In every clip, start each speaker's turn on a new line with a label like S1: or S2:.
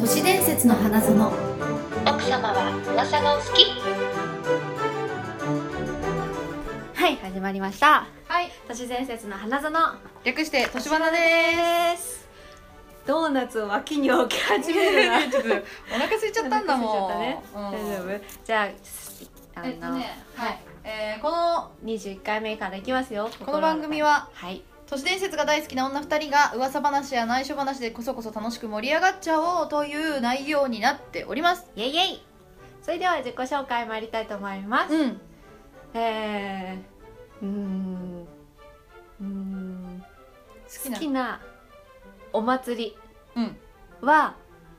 S1: 都市伝説の花園。
S2: 奥様は噂がお好き？
S3: はい、始まりました。
S4: はい、
S3: 都市伝説の花園、
S4: 略して年花です。
S3: ドーナツを脇に置き始めるな。
S4: ちょっとお腹空いちゃったんだもん。
S3: お腹空いちゃったね。大丈夫？じゃあ
S4: はい、この
S3: 21回目からいきますよ。
S4: この番組は、
S3: はい、
S4: 都市伝説が大好きな女2人が噂話や内緒話でこそこそ楽しく盛り上がっちゃおうという内容になっております。
S3: イエイイエイ。それでは自己紹介参りたいと思います。好きなお祭りは、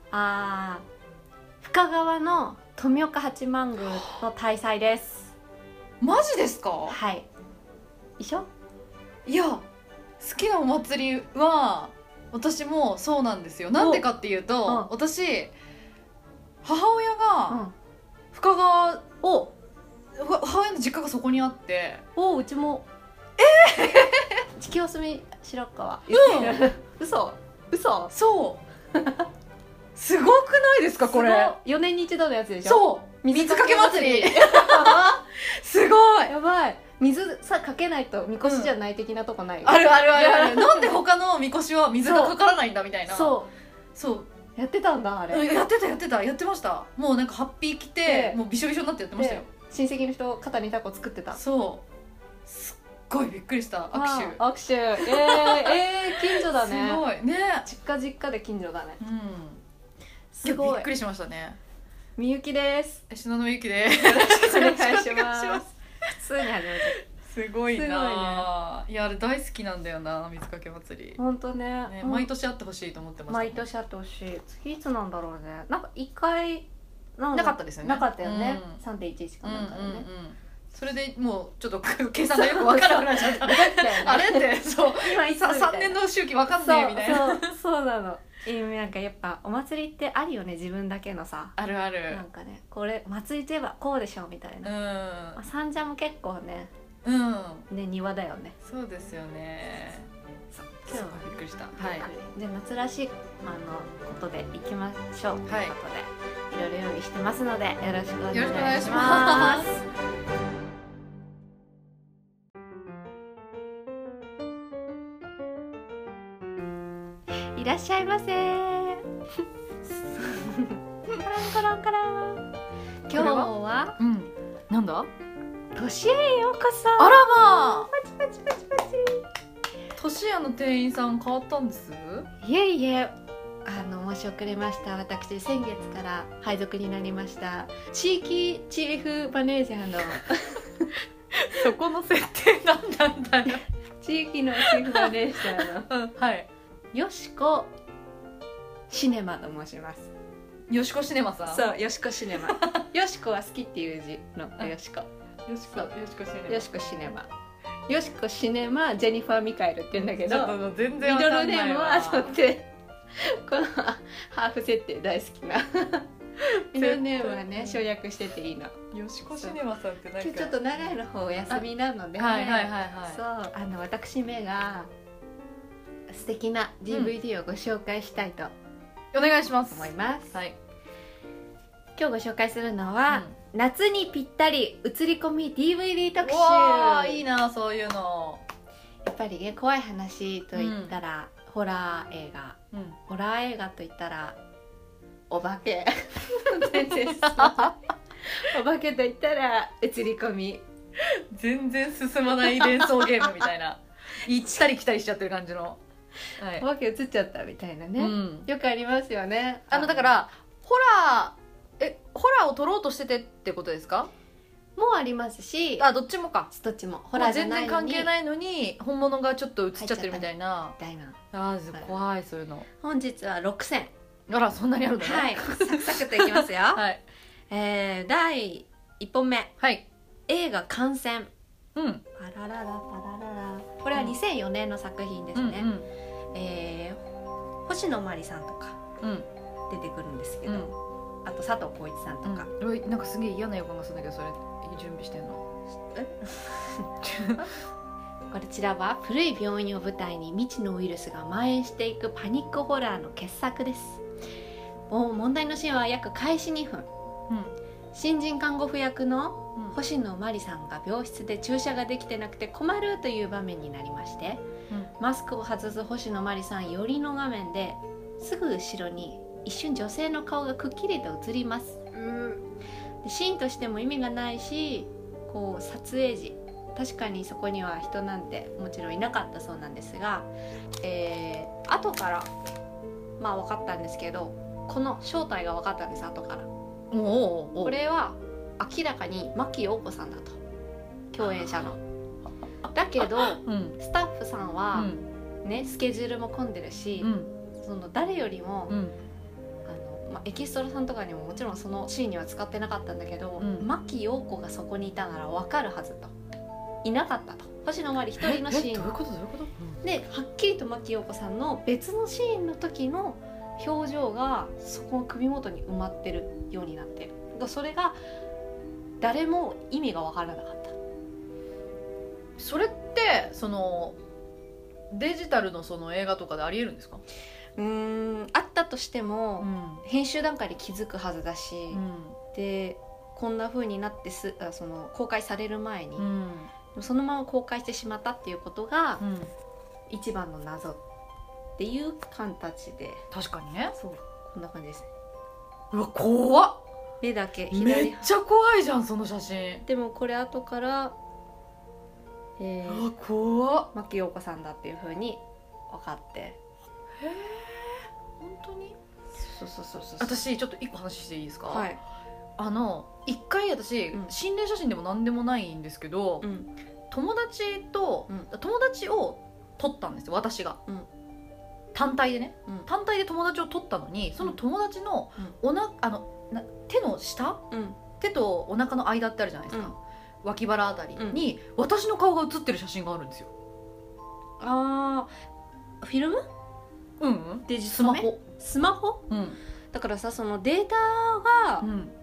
S3: 深川の富岡八幡宮の大祭です。
S4: マジですか？
S3: はい。一緒？
S4: いや、好きなお祭りは私もそうなんですよ。なんでかっていうと、私母親が深川を、母親の実家がそこにあって、
S3: うちも清澄白河。嘘
S4: そうすごくないですかこれ。
S3: 4年に一度のやつでしょ。
S4: そう、水かけ祭り。すごい
S3: やばい。水さかけないとみこしじゃない的なとこない？
S4: あるあるあるある。なんで他のみこしは水がかからないんだみたいな。そう
S3: やってたんだ。あれ
S4: やってました。もうなんかハッピー着て、もうびしょびしょになってやってましたよ。
S3: 親戚の人肩にタコ作ってた。
S4: そうすっごいびっくりした。握手
S3: 近所だね。
S4: すごいね。
S3: 実家で近所だね。
S4: すごいびっくりしましたね。
S3: みゆきです。
S4: 篠野みゆきです。
S3: よろしくお願いします。普通に始めて。
S4: すごいな。いや、あれ大好きなんだよな、水かけ祭り。
S3: 本当ね。
S4: 毎年あってほしいと思ってました。
S3: 毎年あってほしい。次いつなんだろうね。なんか1回
S4: なかったですよね。
S3: なかったよね。3.11 かなんかね。
S4: それでもうちょっと計算がよく分からなくなっちゃった。あれってそう今3年の周期分かんねえみたいな。
S3: そうなの。なんかやっぱお祭りってあるよね、自分だけのさ。
S4: あるある。
S3: なんかね、これ祭りといえばこうでしょみたいな。三茶も結構ね、庭だよね。
S4: そうですよね。今日はびっくりした。はい。
S3: じゃあ夏らしいことでいきましょうということで、いろいろ用意してますのでよろしくお願いします。いらっしゃいませ。カランカラン。今日は
S4: なんだ？
S3: 都市へようこそ。
S4: あらまあ。
S3: パチ。
S4: 都市屋の店員さん変わったんです？
S3: いえ、申し遅れました。私先月から配属になりました地域チーフマネージャーの
S4: そこの設定なんだよ。
S3: 地域のチーフマネージャーの
S4: はい
S3: よしこシネマと申します。
S4: よしこシネマさん。
S3: そう、よしこシネマ。よしこは好きっていう字のよしこ。よしこシネマ。よしこシネマジェニファー・ミカエルって言うんだけど、
S4: 全然
S3: ミドルネームはとってこのハーフ設定大好きなミドルネームはね省略してていいの。
S4: よしこシネマさんって何か
S3: 今日ちょっと長いの方お休みなので、そう私めが素敵な DVD をご紹介したいと
S4: お願いします。
S3: 思います。
S4: はい。
S3: 今日ご紹介するのは、夏にぴったり映り込み DVD 特集。
S4: わー、いいなそういうの。
S3: やっぱりね、怖い話といったら、ホラー映画、ホラー映画といったらお化け全然お化けといったら映り込み。
S4: 全然進まない連想ゲームみたいな行ったり来たりしちゃってる感じの、
S3: お化け映っちゃったみたいなね、よくありますよね。
S4: だからホラーを撮ろうとしててってことですか？
S3: もありますし、
S4: どっちもか。
S3: どっちもホラーじゃないのに
S4: 全然関係ないのに本物がちょっと映っちゃってるみたいな。怖いそういうの。
S3: 本日は6選。
S4: あら、そんなにあるんだね。
S3: はい、サクサクといきますよ。はい。第1本目。はい。映画観戦。パラララパラララ。これは2004年の作品ですね。星野真里さんとか出てくるんですけど、あと佐藤浩市さんとか。
S4: なんかすげえ嫌な予感がするんだけど、それ準備してんの？
S3: こちらは古い病院を舞台に未知のウイルスが蔓延していくパニックホラーの傑作です。 問題のシーンは約開始2分、新人看護婦役の星野真里さんが病室で注射ができてなくて困るという場面になりまして、マスクを外す星野真里さん寄りの画面ですぐ後ろに一瞬女性の顔がくっきりと映ります、でシーンとしても意味がないし、こう撮影時確かにそこには人なんてもちろんいなかったそうなんですが、後からまあ分かったんですけど、この正体が分かったんです。後からこれは明らかに牧陽子さんだと、共演者の。だけど、スタッフさんは、ね、スケジュールも混んでるし、その誰よりも、エキストラさんとかにももちろんそのシーンには使ってなかったんだけど、牧陽子がそこにいたなら分かるはずと。いなかったと。星野真里一人のシーン
S4: どういうこと
S3: で、はっきりと牧陽子さんの別のシーンの時の表情がそこの首元に埋まってるようになってる。それが誰も意味が分からなかった。
S4: それってそのデジタルのその映画とかでありえるんですか？
S3: あったとしても、編集段階で気づくはずだし、でこんな風になってその公開される前に、そのまま公開してしまったっていうことが、一番の謎っていう形で。
S4: 確かにね。
S3: そう、こんな感じですね。
S4: うわ、怖っ。
S3: 目だけ
S4: 左、めっちゃ怖いじゃんその写真。
S3: でもこれ後から
S4: 怖っ、
S3: 牧陽子さんだっていう風に分かって。へ
S4: え、本当に？
S3: そう。
S4: 私ちょっと一個話していいですか？
S3: はい。
S4: 一回私、心霊写真でも何でもないんですけど、友達を撮ったんですよ、私が、単体でね、単体で友達を撮ったのに、その友達の手の下、手とお腹の間ってあるじゃないですか、脇腹あたりに私の顔が写ってる写真があるんですよ。
S3: フィルム？
S4: でスマホ、
S3: だからさ、そのデータが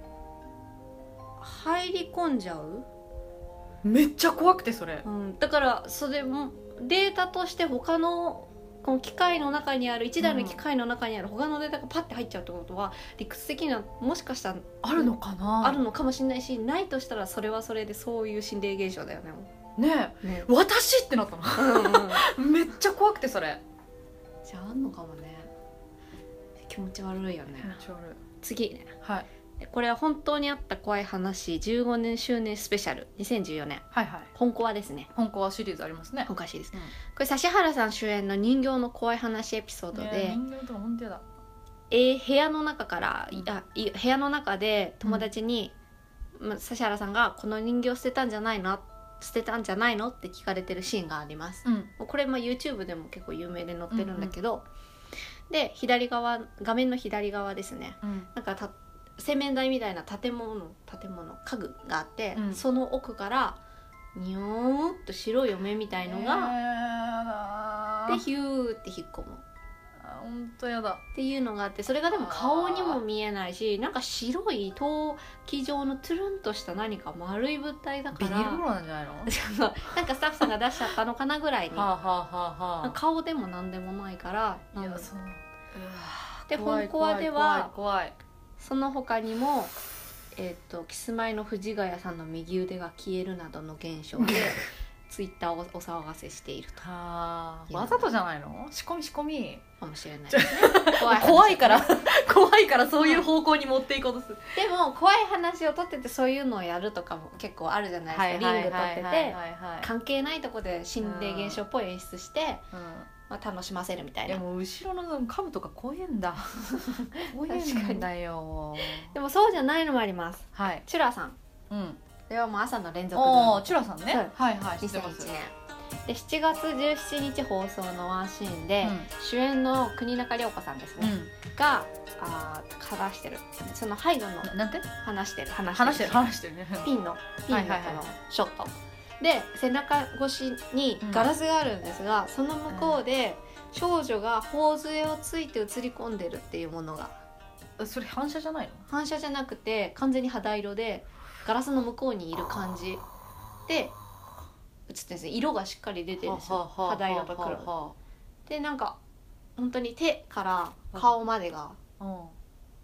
S3: 入り込んじゃう、
S4: めっちゃ怖くてそれ、
S3: だからそれもデータとして他のこの機械の中にある1台の機械の中にある他のデータがパッて入っちゃうってことは、理屈的にはもしかしたら
S4: あるのかな、
S3: あるのかもしれないし、ないとしたらそれはそれでそういう心霊現象だよね。
S4: ねえ、私ってなったのめっちゃ怖くてそれ。
S3: じゃああんのかもね。気持ち悪いよね。
S4: 気持ち悪い。
S3: 次ね、
S4: はい、
S3: これは本当にあった怖い話15年周年スペシャル2014年、本コアですね。
S4: 本コアシリーズありますね。
S3: 本コアシリーズ、これ指原さん主演の人形の怖い話エピソードで、
S4: 人形とか本当やだ。
S3: 部屋の中から部屋の中で友達に、指原さんがこの人形捨てたんじゃないのって聞かれてるシーンがあります、これYouTube でも結構有名で載ってるんだけど、で画面の左側ですね、なんか洗面台みたいな建物家具があって、その奥からニョーっと白いお面みたいのが、でヒューって引っ込む。
S4: 本当やだ
S3: っていうのがあって、それがでも顔にも見えないし、なんか白い陶器状のトゥルンとした何か丸い物体だから、
S4: ビニール袋なんじゃないの
S3: なんかスタッフさんが出しちゃったのかなぐらいに顔でもなんでもないから。で本コアではその他にもキスマイの藤ヶ谷さんの右腕が消えるなどの現象でツイッターをお騒がせしていると。
S4: わざとじゃないの？仕込み
S3: かもしれないですね。
S4: 怖いからそういう方向に持っていこうとする。
S3: でも怖い話を撮っててそういうのをやるとかも結構あるじゃないですか。リング撮ってて関係ないとこで心霊現象っぽい演出して、楽しませるみたいな。
S4: でも後ろのカブとか怖えんだ怖えんだよ。
S3: でもそうじゃないのもあります。チュラさん、これはもう朝の連続ドラマ。
S4: チュラさんね、
S3: 2001年で7月17日放送のワンシーンで、主演の国中涼子さんですね、が話してる、その背後の
S4: なんて
S3: 話してる
S4: ね、
S3: ピンのこのショットで背中越しにガラスがあるんですが、その向こうで少女が頬杖をついて映り込んでるっていうものが。
S4: それ反射じゃないの？
S3: 反射じゃなくて完全に肌色でガラスの向こうにいる感じで映ってるんですね。色がしっかり出てるんですよ、肌色と黒で。なんか本当に手から顔までが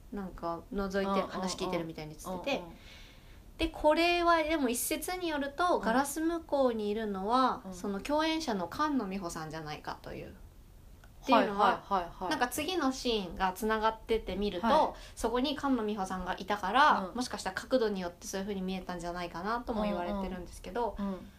S3: なんか覗いて話聞いてるみたいに言ってて、でこれはでも一説によるとガラス向こうにいるのは、その共演者の菅野美穂さんじゃないかという。っていうのは、なんか次のシーンがつながってて見ると、そこに菅野美穂さんがいたから、もしかしたら角度によってそういう風に見えたんじゃないかなとも言われてるんですけど、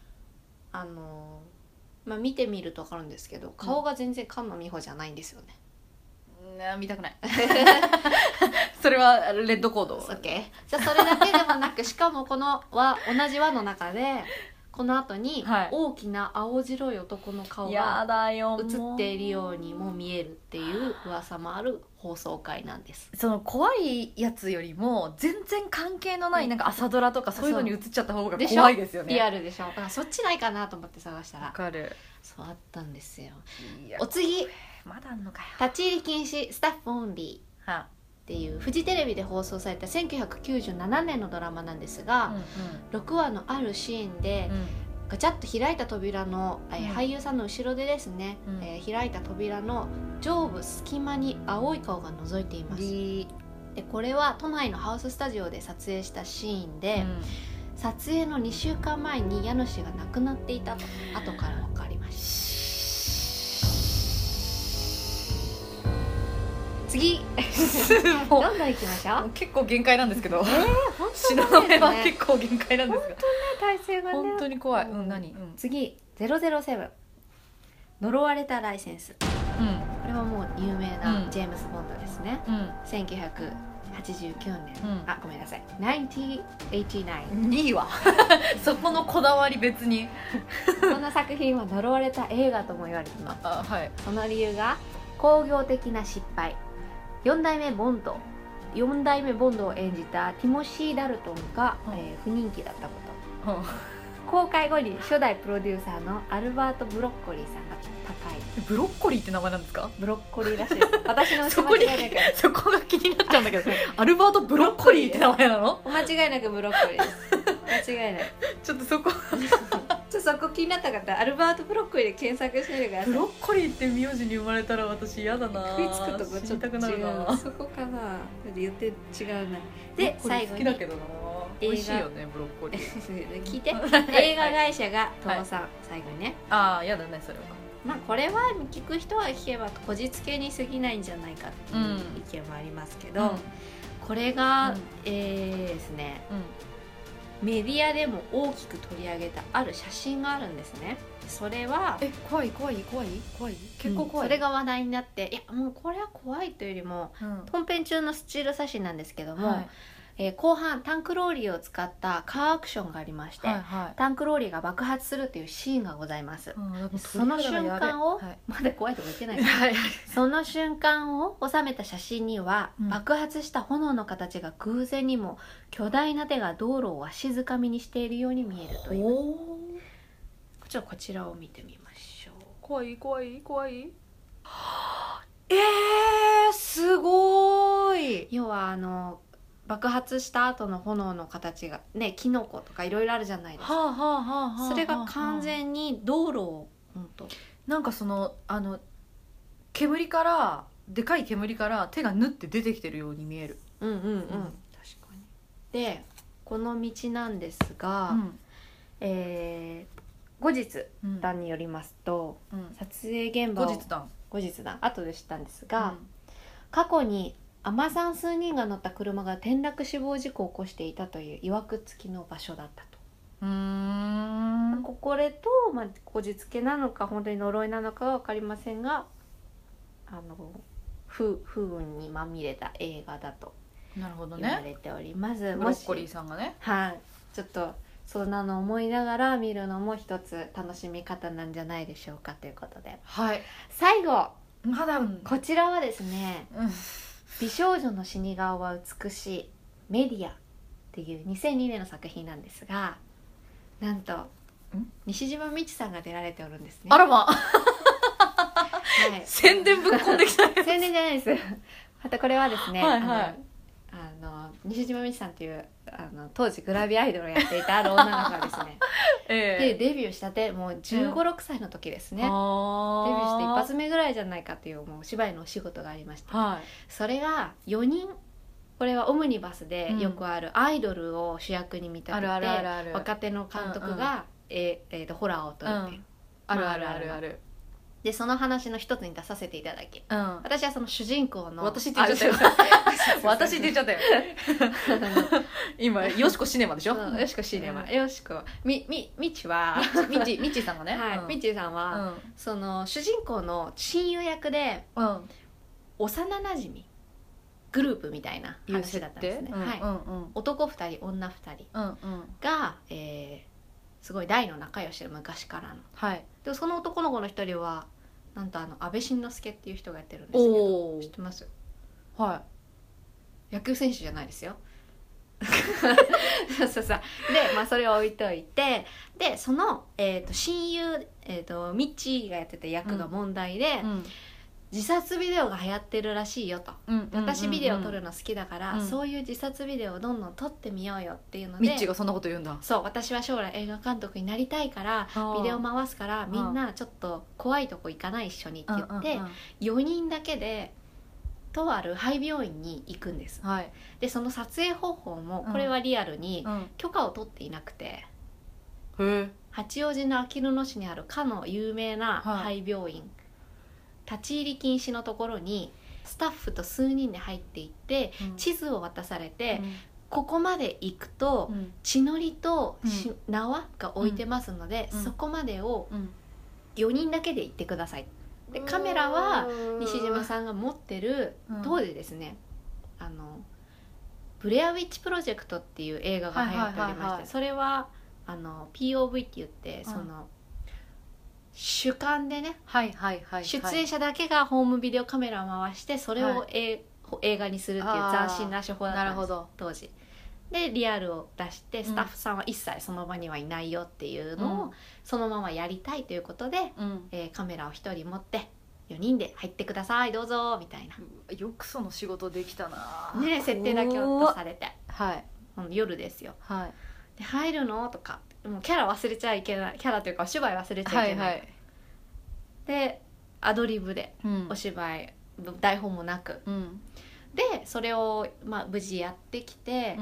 S3: 見てみると分かるんですけど、顔が全然菅野美穂じゃないんですよね。
S4: 見たくないそれはレッドコード。
S3: OK。じゃあそれだけでもなく、しかもこの同じ輪の中でこの後に大きな青白い男の顔が映っているようにも見えるっていう噂もある放送回なんです。
S4: その怖いやつよりも全然関係のないなんか朝ドラとかそういうのに映っちゃった方が怖いですよね。
S3: リアルでしょ。だからそっちないかなと思って探したら、
S4: わかる。
S3: そうあったんですよ。お次、
S4: まだあんのかよ。
S3: 立ち入り禁止スタッフオンリーっていうフジテレビで放送された1997年のドラマなんですが、6話のあるシーンで、ガチャッと開いた扉の、俳優さんの後ろでですね、開いた扉の上部隙間に青い顔が覗いています。でこれは都内のハウススタジオで撮影したシーンで、撮影の2週間前に家主が亡くなっていたと後から分かりました。次どんどん行きましょう。
S4: 結構限界なんですけど、
S3: 本当
S4: 東雲は結構限界なんですが、
S3: 本当ね、体勢がね
S4: 本当に怖い。何？
S3: 次007呪われたライセンス。これはもう有名なジェームズ・ボンドですね。1989年、ごめんなさい、1989。
S4: いいわそこのこだわり別に
S3: この作品は呪われた映画とも言われています。その理由が興行的な失敗。4代目ボンドを演じたティモシー・ダルトンが、不人気だったこと、公開後に初代プロデューサーのアルバート・ブロッコリーさんが高い。
S4: ブロッコリーって名前なんですか？
S3: ブロッコリーらしいです。私の間違いなく
S4: そこが気になっちゃうんだけどアルバート・ブロッコリーって名前なの？
S3: 間違いなくブロッコリーです。間違いない
S4: ちょっとそこ
S3: そこ気になった方、アルバート・ブロッコリーで検索してみてください。
S4: ブロッコリーって名字に生まれたら私嫌だな。
S3: 食いつくとこちょっと違う。そこかな。言って違うな。で最後に
S4: 好きだけどな。美味しいよねブロッコリー。
S3: 聞いて。映画会社が倒産、最後にね。
S4: 嫌だねそれは。
S3: これは聞く人は聞けばこじつけに過ぎないんじゃないかっていう意見もありますけど、これがですね。メディアでも大きく取り上げたある写真があるんですね。それは
S4: 怖い結構怖い、
S3: それが話題になって、いやもうこれは怖いというよりも、本編中のスチール写真なんですけども、後半タンクローリーを使ったカーアクションがありまして、タンクローリーが爆発するというシーンがございます。その瞬間を、まだ怖いとか言ってないです、その瞬間を収めた写真には、爆発した炎の形が偶然にも巨大な手が道路をわしづかみにしているように見えるという。こちらを見てみましょう。
S4: 怖いすごい。
S3: 要は爆発した後の炎の形がね、キノコとかいろいろあるじゃないですか。それが完全に道路を
S4: なんか煙からでかい煙から手が縫って出てきてるように見える。
S3: 確かに。でこの道なんですが、後日談によりますと、撮影現場を後日談後で知ったんですが、過去に海女さん数人が乗った車が転落死亡事故を起こしていたという曰く付きの場所だったと。これと、こじつけなのか本当に呪いなのかは分かりませんが、不運にまみれた映画だと言われております。
S4: ブロッコリーさんがね、
S3: ちょっとそんなの思いながら見るのも一つ楽しみ方なんじゃないでしょうかということで、最後こちらはですね、美少女の死に顔は美しいメディアっていう2002年の作品なんですが、なんと西島美智さんが出られておるんですね。
S4: あらま宣伝ぶっこんできた
S3: 宣伝じゃないですまたこれはですね、西島美智さんという当時グラビアアイドルをやっていたある女の子がですねでデビューしたてもう15、6歳の時ですね。デビューして一発目ぐらいじゃないかっていうもうお芝居のお仕事がありまして、それが4人これはオムニバスでよくあるアイドルを主役に見立てて、若手の監督が、ホラーを撮るっていう、
S4: あるあるあるある。
S3: でその話の一つに出させていただき、私はその主人公の
S4: 私って言っちゃったよ私って言っちゃったよ今よしこシネマでしょ、
S3: よしこシネマ、よしこみちは
S4: みちさんがね、
S3: みちさんはその主人公の親友役で幼なじみグループみたいな話だったんですね。男2人女2人がすごい大の仲良しで昔からの、でその男の子の一人はなんと安倍晋之助っていう人がやってるんですけど、知ってます？野球選手じゃないですよそうで、それを置いといて、でその、親友、ミッチーがやってた役が問題で、自殺ビデオが流行ってるらしいよと、私ビデオ撮るの好きだから、そういう自殺ビデオをどんどん撮ってみようよっていうので、
S4: ミッチーがそんなこと言うんだ。
S3: そう私は将来映画監督になりたいからビデオ回すからみんなちょっと怖いとこ行かない一緒にって言って、4人だけでとある廃病院に行くんです、でその撮影方法もこれはリアルに許可を取っていなくて、八王子のあきる野市にあるかの有名な廃病院、立ち入り禁止のところにスタッフと数人で入っていって、地図を渡されて、ここまで行くと血のりと縄が置いてますので、そこまでを4人だけで行ってください。でカメラは西島さんが持ってる、当時ですねブレアウィッチプロジェクトっていう映画が流行っておりまして、それはPOV って言って、その主観でね、出演者だけがホームビデオカメラを回してそれを、映画にするっていう斬新な手法だったんです当時で。リアルを出してスタッフさんは一切その場にはいないよっていうのをそのままやりたいということで、カメラを1人持って4人で入ってくださいどうぞみたいな。
S4: よくその仕事できたな
S3: ね、設定だけ渡されて、夜ですよ、で入るのとか、もうキャラ忘れちゃいけない、キャラというかお芝居忘れちゃいけない、でアドリブでお芝居、台本もなく、でそれを、無事やってきて、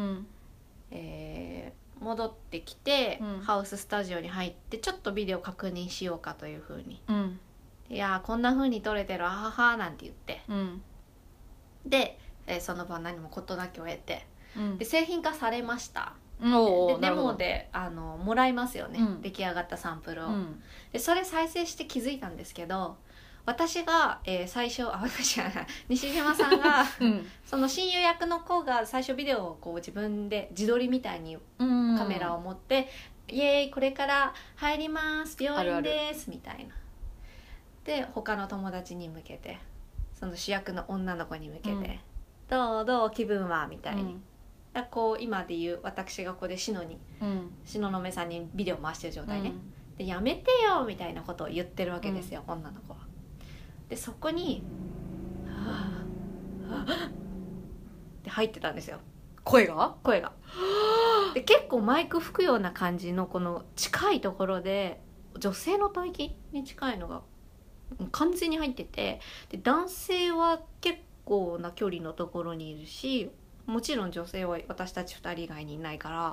S3: 戻ってきて、ハウススタジオに入ってちょっとビデオ確認しようかというふうに、いやこんな風に撮れてるあははなんて言って、で、その場何も事なきを得て、で製品化されました。でデモでもらいますよね、出来上がったサンプルを、でそれ再生して気づいたんですけど、私が、最初私は西島さんが、その親友役の子が最初ビデオをこう自分で自撮りみたいにカメラを持って「イエーイこれから入ります病院です」みたいな。で他の友達に向けて、その主役の女の子に向けて「どう気分は?」みたいに。こう今で言う私がここで東雲さんにビデオ回してる状態ね、でやめてよみたいなことを言ってるわけですよ、女の子は。でそこに「はぁはぁ」って入ってたんですよ、声が。で結構マイク吹くような感じのこの近いところで女性の吐息に近いのが完全に入ってて、で男性は結構な距離のところにいるし、もちろん女性は私たち2人以外にいないから、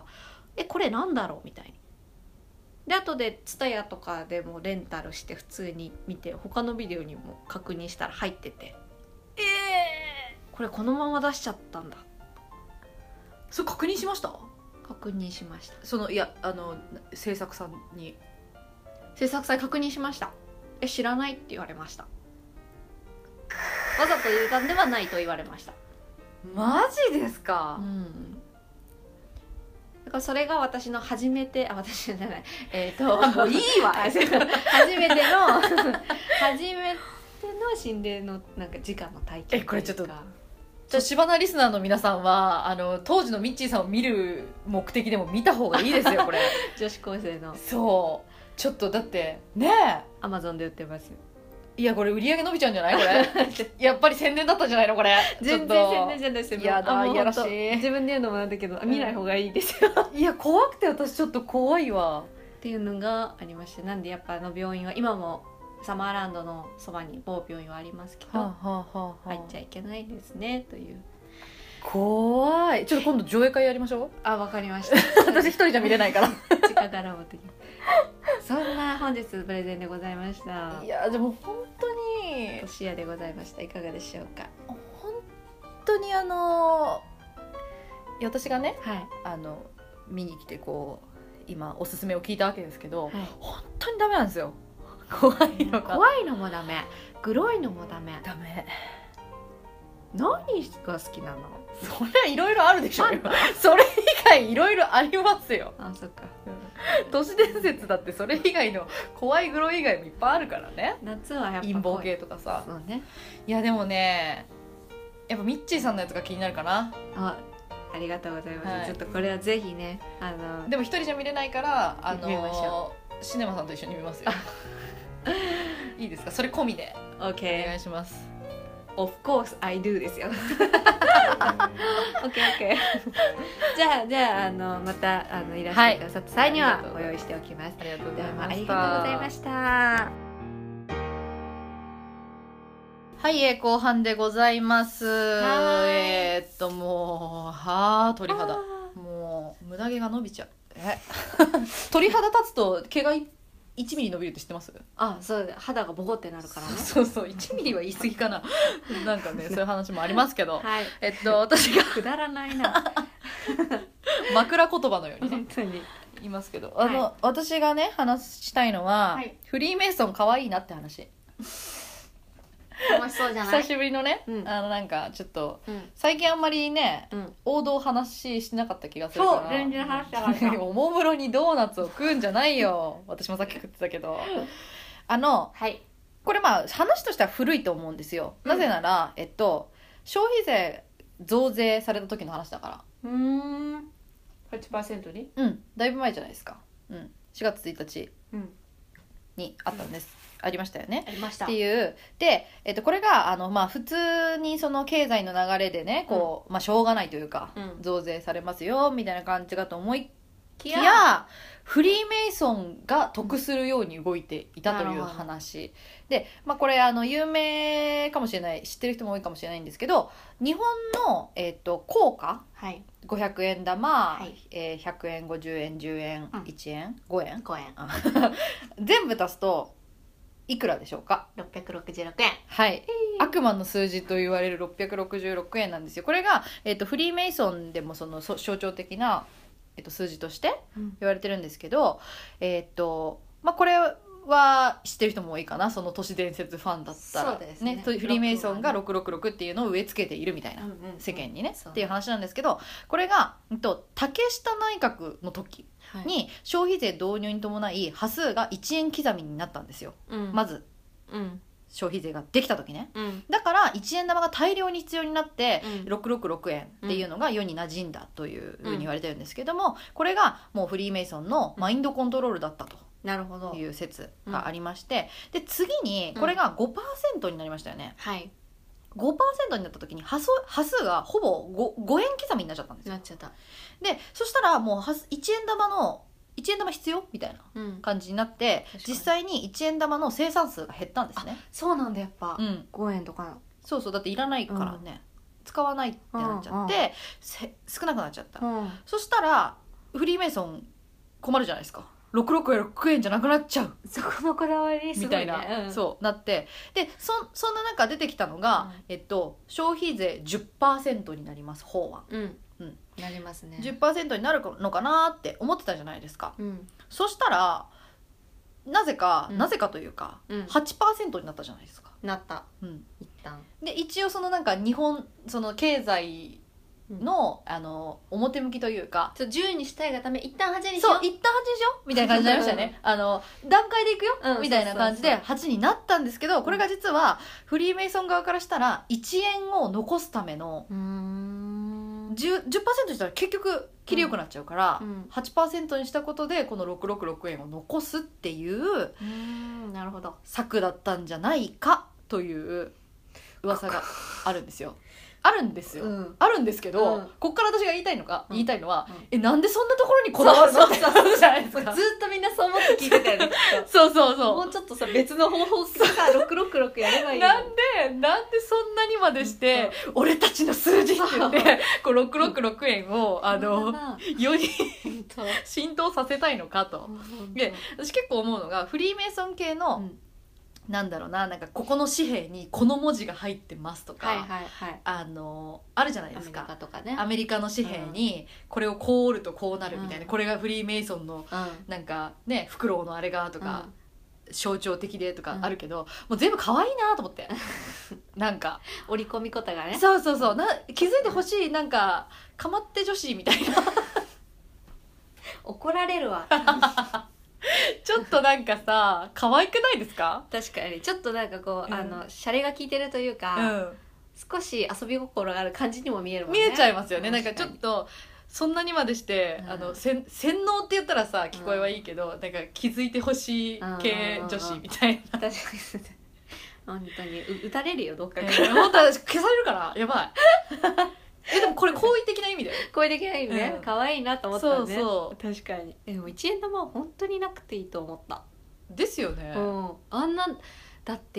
S3: これなんだろうみたいに。で後で TSUTAYA とかでもレンタルして普通に見て、他のビデオにも確認したら入ってて、これこのまま出しちゃったんだ。
S4: それ確認しました？
S3: 確認しました。
S4: 制作さんに
S3: 確認しました。知らないって言われました。わざと入れたんではないと言われました。
S4: マジですか？
S3: だからそれが私の初めて、私じゃない、
S4: もういいわ
S3: 初めての心霊のなんか直の体験。
S4: これちょっとしばなリスナーの皆さんは当時のミッチーさんを見る目的でも見た方がいいですよこれ
S3: 女子高生の。
S4: そうちょっとだってねえ
S3: Amazon で売ってます。
S4: いやこれ売り上げ伸びちゃうんじゃないこれやっぱり宣伝だったんじゃないのこれ。
S3: 全然宣伝じゃないですよ。
S4: やだ、いやらしい。
S3: 自分で言うのもなんだけど、見ない方がいいですよ
S4: いや怖くて私ちょっと怖いわ
S3: っていうのがありまして、なんでやっぱ病院は今もサマーランドのそばに某病院はありますけど、入っちゃいけないですねという。
S4: 怖い。ちょっと今度上映会やりましょう。
S3: あ、わかりました
S4: 私一人じゃ見れないから
S3: 近から持ってきますそんな本日プレゼンでございました。
S4: いやでも本当に
S3: 年屋でございました。いかがでしょうか。
S4: 本当に私がね、
S3: はい、
S4: 見に来てこう今おすすめを聞いたわけですけど、
S3: はい、
S4: 本当にダメなんですよ。怖いのが、
S3: 怖いのもダメ、グロいのもダメ。
S4: ダメ。
S3: 何が好きなの？
S4: そりゃいろいろあるでしょうよ。それ以外いろいろありますよ。
S3: あ、そっか。
S4: 都市伝説だってそれ以外の怖いグロ以外もいっぱいあるからね。
S3: 夏はやっぱ
S4: 陰謀系とかさ。
S3: そうね。
S4: いやでもね、やっぱミッチーさんのやつが気になるかな。
S3: ありがとうございます、
S4: はい、
S3: ちょっとこれはぜひね、
S4: でも一人じゃ見れないから
S3: 見ましょ
S4: う。シネマさんと一緒に見ますよいいですか、それ込みで
S3: OK
S4: お願いします。
S3: Of course I do ですよOKOK じゃあまたいらっしゃってくださった際にはご用意しておきます。
S4: ありがとうございました。
S3: ありがとうございました。
S4: はい、後半でございます。もう鳥肌もう無駄毛が伸びちゃう。鳥肌立つと毛が1ミリ伸びるって知ってます？
S3: あ、そう肌がボコってなるからね。
S4: そう1ミリは言い過ぎかななんかねそういう話もありますけど、
S3: はい、
S4: 私が
S3: くだらないな
S4: 枕言葉のようにね
S3: 本当に
S4: 言いますけど、
S3: はい、
S4: 私がね話したいのは、
S3: はい、
S4: フリーメイソン可愛いなって話。
S3: 楽しそうじゃない？
S4: 久しぶりのね、なんかちょっと、最近あんまりね、王道話してなかった気がするから。
S3: そう、全然話したかった
S4: おもむろにドーナツを食うんじゃないよ私もさっき食ってたけど
S3: はい、
S4: これまあ話としては古いと思うんですよ、なぜなら消費税増税された時の話だから。
S3: 8% に？
S4: だいぶ前じゃないですか。4月1日にあったんです、ありましたよね。
S3: ありました。
S4: っていうで、これが普通にその経済の流れでねこう、しょうがないというか、増税されますよみたいな感じかと思いきやフリーメイソンが得するように動いていたという話で、これ有名かもしれない、知ってる人も多いかもしれないんですけど、日本の、硬貨、
S3: はい、
S4: 500円玉、
S3: はい、
S4: 100円50円10円、1円5円全部足すといくらでしょうか
S3: ？666円。
S4: はい、悪魔の数字と言われる666円なんですよ。これが、フリーメイソンでもその象徴的な、数字として言われてるんですけど、これは知ってる人も多いかな、その都市伝説ファンだったら。
S3: そうですね。
S4: フリーメイソンが666っていうのを植え付けているみたいな、世間にね、っていう話なんですけど、これが竹下内閣の時に消費税導入に伴い端数が1円刻みになったんですよ、まず、消費税ができた時ね、だから1円玉が大量に必要になって、666円っていうのが世に馴染んだというふうに言われてるんですけども、これがもうフリーメイソンのマインドコントロールだったという説がありまして、で次にこれが 5% になりましたよね、5% になった時に端数がほぼ 5円刻みになっちゃったんですよ。
S3: なっちゃった。
S4: でそしたらもう1円玉必要みたいな感じになって、実際に1円玉の生産数が減ったんですね。
S3: そうなんだ、やっぱ、5円とか。
S4: そうだっていらないからね、使わないってなっちゃって、少なくなっちゃった、そしたらフリーメイソン困るじゃないですか。666円じゃなくなっちゃう、
S3: そこのこだわりすごいね、
S4: みたいな、そうなって、でそんな中出てきたのが、消費税 10% になります法案、
S3: なりますね。
S4: 10% になるのかなって思ってたじゃないですか、そしたらなぜかというか、8% になったじゃないですか。
S3: なった、一旦
S4: で一応そのなんか日本その経済の、表向きというか、
S3: 10にしたいがため一旦8にしよう、
S4: そう一旦8にしようみたいな感じになりましたよね段階でいくよ、みたいな感じで8になったんですけど、これが実はフリーメイソン側からしたら1円を残すための10% したら結局切りよくなっちゃうから、8% にしたことでこの666円を残すっていう
S3: なるほど
S4: 策だったんじゃないかという噂があるんですよ。あるんですよ、あるんですけど、こっから私が言いたいのは、なんでそんなところにこだわるのってなるじゃないですか。
S3: ずっとみんなそう思って聞いてたよね
S4: そうそうそう。
S3: もうちょっとさ別の方法さ666やればいいの。
S4: なんでそんなにまでして、俺たちの数字って言ってこう666円を世に浸透させたいのかと。で私結構思うのがフリーメイソン系の、なんだろうな、なんかここの紙幣にこの文字が入ってますとか、あるじゃないですか。
S3: アメリカとかね、
S4: アメリカの紙幣にこれをこう折るとこうなるみたいな、これがフリーメイソンのなんかね、フクロウのあれがとか、象徴的でとかあるけど、もう全部可愛いなと思ってなんか
S3: 折り込み方がね、
S4: そうそうそう、気づいてほしい、なんかかまって女子みたいな
S3: 怒られるわ
S4: ちょっとなんかさ可愛くないですか。
S3: 確かにちょっとなんかこう、シャレが効いてるというか、少し遊び心がある感じにも見えるもんね。
S4: 見えちゃいますよね。なんかちょっとそんなにまでして、洗脳って言ったらさ聞こえはいいけど、なんか気づいてほしい系女子みたいな。
S3: 確かに本当に撃たれるよどっかから、
S4: 本当は消されるからやばいでもこれ好意的な意味だよ。
S3: 好意的な意味ね、可愛いなと思ったね。
S4: そう
S3: 確かに。でも1円玉は本当になくていいと思った。
S4: ですよね。
S3: あんなだって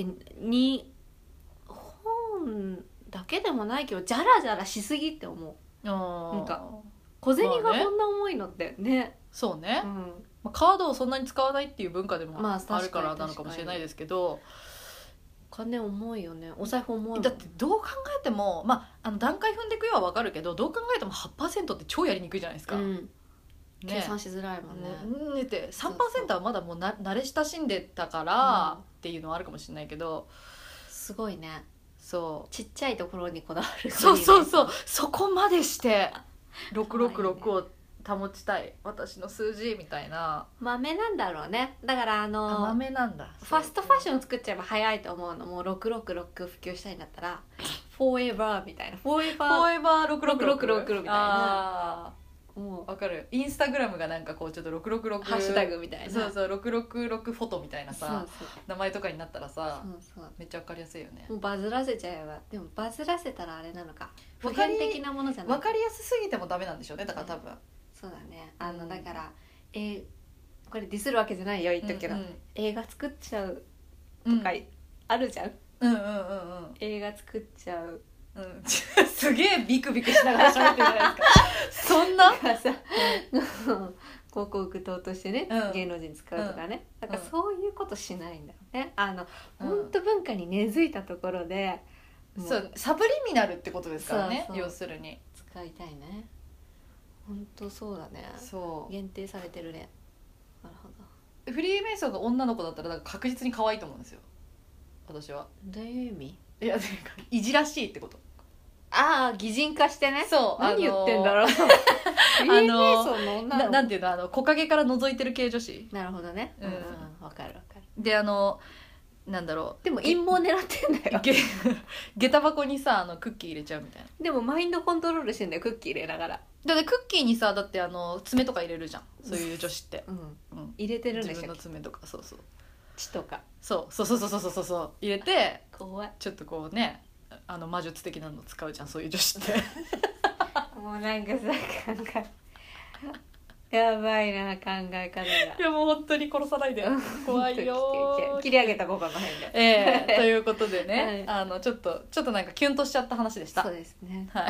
S3: 本だけでもないけどジャラジャラしすぎって思う。なんか小銭がこんな重いのってね。
S4: そうね、カードをそんなに使わないっていう文化でもあるからなのかもしれないですけど、
S3: お金重いよね。お財布重いもん。
S4: だってどう考えても、段階踏んでいくよは分かるけど、どう考えても 8% って超やりにくいじゃないですか、
S3: 計算しづらいもんね。
S4: って 3% はまだもう慣れ親しんでたからっていうのはあるかもしれないけど、
S3: すごいね。
S4: そう
S3: ちっちゃいところにこだわる。
S4: そうそこまでして666を保ちたい、私の数字みたいな。
S3: 豆なんだろうね。だから
S4: 豆なんだ。
S3: ファストファッション作っちゃえば早いと思うの。もう666普及したいんだったらフォーエバーみたいな、フォーエバー666みたいな。もう
S4: わかる。インスタグラムがなんかこうちょっと666
S3: ハッシュタグみたいな、
S4: そう666フォトみたいなさ、名前とかになったらさ、めっちゃわかりやすいよね。
S3: もうバズらせちゃえば。でもバズらせたらあれなのか、普遍的なものじゃない。
S4: わかりやすすぎてもダメなんでしょうね。だから多分
S3: そうだね。だからこれディスるわけじゃないよ言っとくけど、映画作っちゃうとかあるじゃん。映画作っちゃう。
S4: すげえビクビクしながら喋ってるじゃないですかそんな
S3: さ広告塔としてね、芸能人使うとかね、だからそういうことしないんだよね。本当文化に根付いたところで、
S4: そうサブリミナルってことですからね。要するに
S3: 使いたいね。本当そうだね。
S4: そう
S3: 限定されてるね。なるほど。
S4: フリーメイソンが女の子だったら確実に可愛いと思うんですよ、私は。
S3: どういう意味？
S4: いやいじらしいってこと。
S3: 擬人化してね。
S4: そう、
S3: 何言ってんだろうフリーメイソンの女の子
S4: なんていうの、木陰から覗いてる系女子。
S3: なるほどね。わかる。
S4: でなんだろう、
S3: でも陰謀狙ってんだよ
S4: 下駄箱にさクッキー入れちゃうみたいな。
S3: でもマインドコントロールしてんだよ、クッキー入れながら。
S4: だってクッキーにさ、だって爪とか入れるじゃん、そういう女子って。
S3: 入れてるんでしょ、
S4: 自分の爪とか。そう
S3: 血とか。
S4: そう入れて、
S3: 怖い。
S4: ちょっとこうね、魔術的なの使うじゃん、そういう女子って
S3: もうなんかさ、やばいな考え方が。
S4: いやもう本当に殺さないで怖いよ
S3: 切り上げた効果が入るんだ
S4: ということでね、ちょっとなんかキュンとしちゃった話でした。
S3: そうですね。
S4: はい。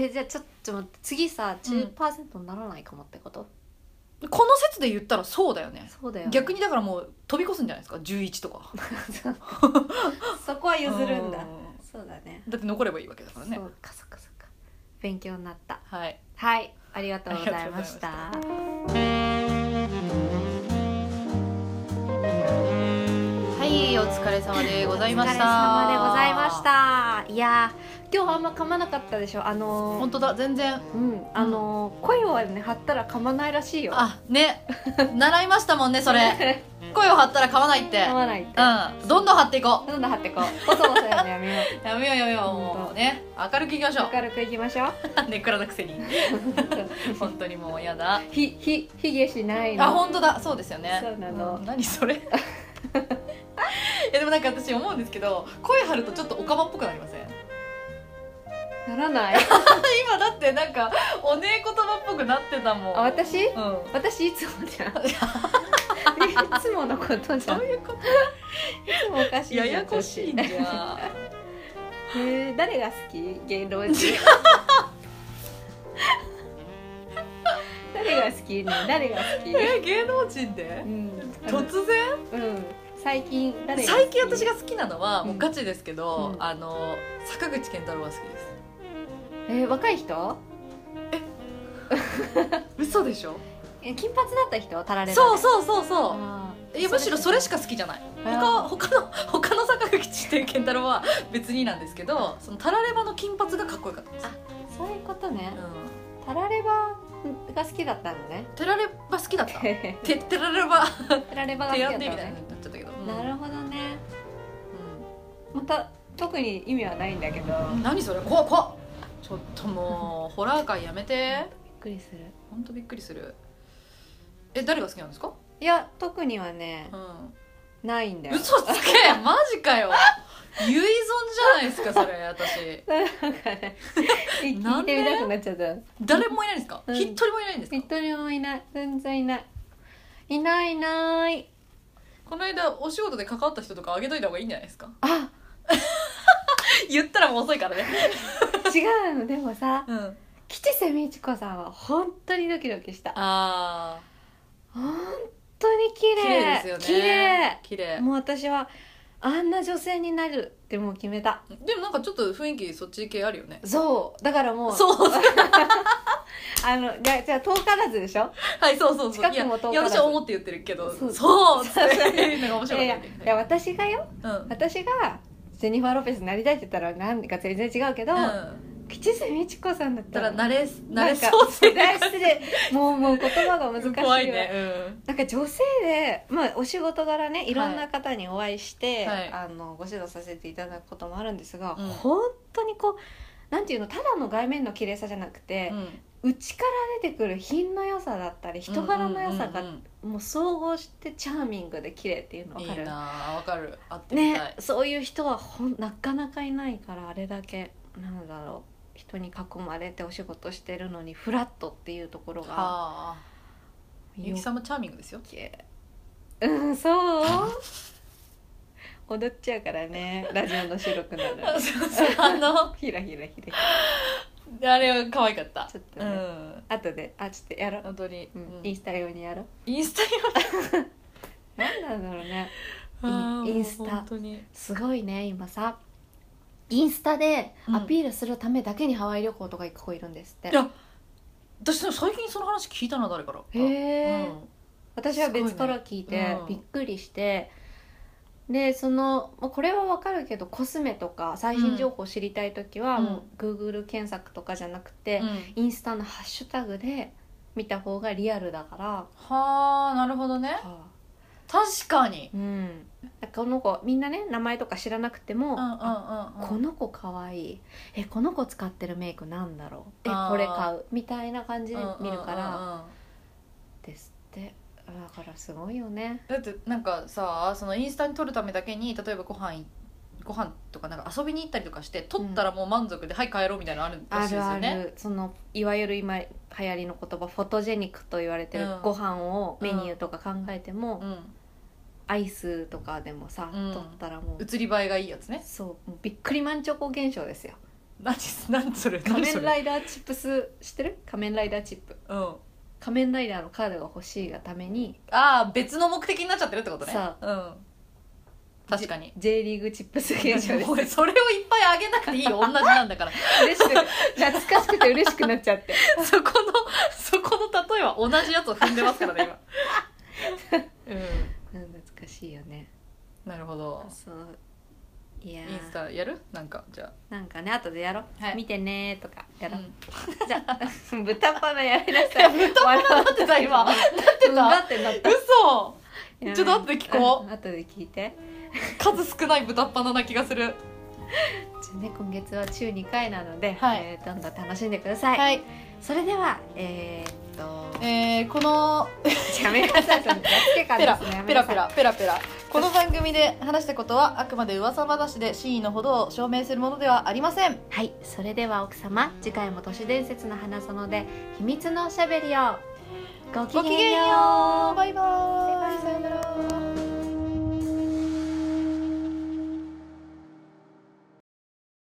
S3: じゃあちょっと待って、次さ 10% にならないかもってこと？
S4: この説で言ったらそうだよね。
S3: そうだよね。
S4: 逆にだからもう飛び越すんじゃないですか、11とか
S3: そこは譲るんだ。そうだね。
S4: だって残ればいいわけだからね。
S3: そうか。勉強になった。
S4: はい、
S3: ありがとうございました。
S4: はい、お疲れ様でございました。
S3: お疲れ様でございました。いや今日あんま噛まなかったでしょ。
S4: 本当だ、全然。
S3: 声をね張ったら噛まないらしいよ。
S4: ね習いましたもんね、それ声を張ったら噛まないって。
S3: 噛まないって。
S4: どんどん張っていこう。
S3: ボソボソやめよう。
S4: やめよう。もうね、明るくいきましょう。
S3: 明るくいきましょう。
S4: 根っからのくせに本当にもうやだ。
S3: ひげしないの。
S4: 本当だ、そうですよね。
S3: そうなの。
S4: 何それでもなんか私思うんですけど、声張るとちょっとオカマっぽくなりません？
S3: ならない
S4: 今だってなんかおねえ言葉っぽくなってたもん。
S3: あ、私、
S4: うん、
S3: 私いつもじゃんいつものことじゃん。
S4: そういうこと。い
S3: つもおかしいじゃん。
S4: ややこしいんじゃん。
S3: 誰が好き？芸能人誰が好きね？誰が好き？
S4: 芸能人で、突然、
S3: 最近誰が好き？
S4: 最近私が好きなのは、もうガチですけど、坂口健太郎が好きです。
S3: 若い人？
S4: 嘘でしょ？
S3: 金髪だった人？タラレバで。
S4: そうむしろそれしか好きじゃない。他の坂口健太郎は別になんですけど、そのタラレバの金髪がかっこよかったです。
S3: あ、そういうことね。タラレバが好きだったのね。
S4: テラレバ好きだった。テラレバ
S3: が好きだったのね。
S4: みたいになっちゃったけど。
S3: なるほどね。また特に意味はないんだけど。
S4: 何それ？怖っ。ちょっともうホラー界やめて。
S3: びっくりする。
S4: 本当びっくりする。誰が好きなんですか？
S3: いや、特にはね、ないんだよ。
S4: 嘘つけマジかよ。遺存じゃないですかそれ。私
S3: なんかね、聞いてみたくなっちゃった。
S4: 誰もいないんですか？一人もいないんですか？
S3: 一人もいない。全然いない。いない。
S4: この間お仕事で関わった人とかあげといた方がいいんじゃないですか？
S3: あ
S4: 言ったらもう遅いからね。
S3: 違うの。でもさ、吉瀬美智子さんは本当にドキドキした。本当に綺麗
S4: ですよね。綺麗。
S3: もう私はあんな女性になるってもう決めた。
S4: でもなんかちょっと雰囲気そっち系あるよね。
S3: そうだからもう
S4: そう
S3: じゃあ遠からずでしょ。
S4: はい、そう
S3: 近くも遠からず。
S4: 私は思って言ってるけど、そうっていうのが面白かった。
S3: いや私が私がジェニファー・ロペスになりたいって言ったらなんか全然違うけど、吉瀬美智子さんだったら
S4: なれそう
S3: 世代失礼。もう言葉が難しいわ。
S4: 怖いね。
S3: なんか女性で、お仕事柄ね、いろんな方にお会いして、ご指導させていただくこともあるんですが、本当にこうなんていうの、ただの外面の綺麗さじゃなくて、内から出てくる品の良さだったり人柄の良さがもう総合してチャーミングで綺麗っていうの分かる？
S4: いいな、分かる。会ってみたい
S3: ね。そういう人はなかなかいないから、あれだけなんだろう、人に囲まれてお仕事してるのにフラットっていうところが。
S4: みゆきさんもチャーミングですよ。
S3: そう踊っちゃうからね、ラジオの収録なのに。ひらひら
S4: あれは可愛かった。
S3: ちょっとね、後でちょっとやろう。
S4: 本当に、
S3: インスタ用にやろう。
S4: インスタ用に
S3: 何なんだろうね。インスタすごいね。今さインスタでアピールするためだけにハワイ旅行とか行く子いるんですって。
S4: いや、私最近その話聞いたな、誰から。
S3: 私は別から聞いてびっくりして、でこれはわかるけど、コスメとか最新情報を知りたい時は、もう Google 検索とかじゃなくて、インスタのハッシュタグで見た方がリアルだから。
S4: はあ、なるほどね。確かに。
S3: この子みんなね、名前とか知らなくても、この子かわいい、この子使ってるメイクなんだろう、これ買うみたいな感じで見るからですって。だからすごいよね。
S4: だってなんかさ、そのインスタに撮るためだけに、例えばご飯とかなんか遊びに行ったりとかして撮ったらもう満足で、はい帰ろうみたいなのあるらしいですよね。
S3: ある。いわゆる今流行りの言葉、フォトジェニックと言われてる、ご飯をメニューとか考えても、アイスとかでもさ、撮ったらもう
S4: 写り映えがいいやつね。
S3: そう、びっくりマンチョコ現象ですよ。
S4: 何それ。
S3: 仮面ライダーチップス知ってる？仮面ライダーチップ。仮面ライダーのカードが欲しいがために。
S4: 別の目的になっちゃってるってことね。確かに
S3: J リーグチップス現象です。
S4: それをいっぱいあげなくていいよ、同じなんだから。
S3: 懐かしくて嬉しくなっちゃって
S4: そこの例えは同じやつを踏んでますからね今。
S3: 懐かしいよね。
S4: なるほど。
S3: そう。いや
S4: インスタやる？なんかじゃあ
S3: なんかね、後でやろう、見てねとかやろう、じゃあ豚パナやりなさい。
S4: 豚パナなってた今。なってた。嘘。ちょっと後で聞こう。
S3: 後で聞いて。
S4: 数少ない豚っ鼻な気がする。
S3: 今月は週2回なので、どんどん楽しんでください。それではこのやめなさい。ペラペラ
S4: この番組で話したことはあくまで噂話で真意のほどを証明するものではありません。
S3: はい、それでは奥様、次回も都市伝説の花園で秘密のおしゃべりをごきげんよう。
S4: バイバーイ。さよなら。